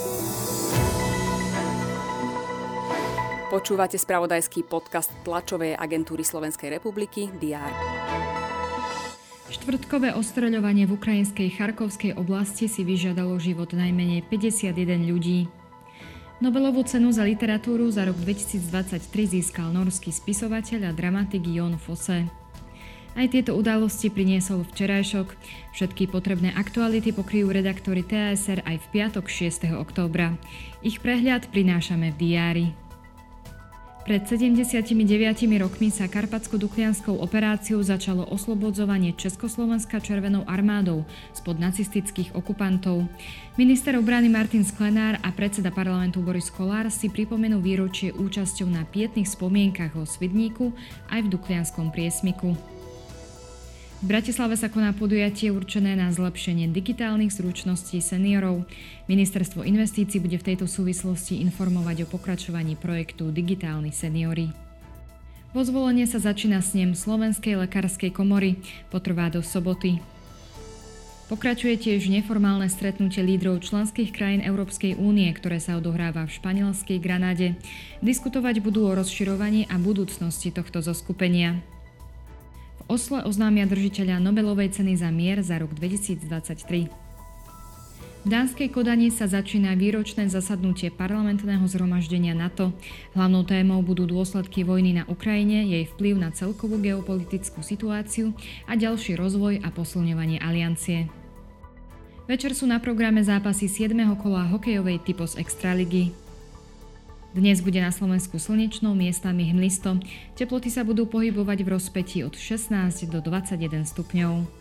Počúvate spravodajský podcast tlačovej agentúry Slovenskej republiky DR. Štvrtkové ostreľovanie v ukrajinskej Charkovskej oblasti si vyžiadalo život najmenej 51 ľudí. Nobelovú cenu za literatúru za rok 2023 získal norský spisovateľ a dramatik Jon Fosse. Aj tieto udalosti priniesol včerajšok. Všetky potrebné aktuality pokryjú redaktori TASR aj v piatok 6. októbra. Ich prehľad prinášame v diári. Pred 79 rokmi sa karpatsko-duklianskou operáciou začalo oslobodzovanie Československa Červenou armádou spod nacistických okupantov. Minister obrany Martin Sklenár a predseda parlamentu Boris Kollár si pripomenú výročie účasťou na pietných spomienkach vo Svidníku aj v Duklianskom priesmiku. V Bratislave sa koná podujatie určené na zlepšenie digitálnych zručností seniorov. Ministerstvo investícií bude v tejto súvislosti informovať o pokračovaní projektu Digitálni seniori. Vo Zvolenie sa začína snem Slovenskej lekárskej komory, potrvá do soboty. Pokračuje tiež neformálne stretnutie lídrov členských krajín Európskej únie, ktoré sa odohráva v španielskej Granade. Diskutovať budú o rozširovaní a budúcnosti tohto zoskupenia. V Osle oznámia držiteľa Nobelovej ceny za mier za rok 2023. V dánskej Kodani sa začína výročné zasadnutie parlamentného zhromaždenia NATO. Hlavnou témou budú dôsledky vojny na Ukrajine, jej vplyv na celkovú geopolitickú situáciu a ďalší rozvoj a posilňovanie aliancie. Večer sú na programe zápasy 7. kola hokejovej Typos Extraligy. Dnes bude na Slovensku slnečno, miestami hmlisto. Teploty sa budú pohybovať v rozpätí od 16 do 21 stupňov.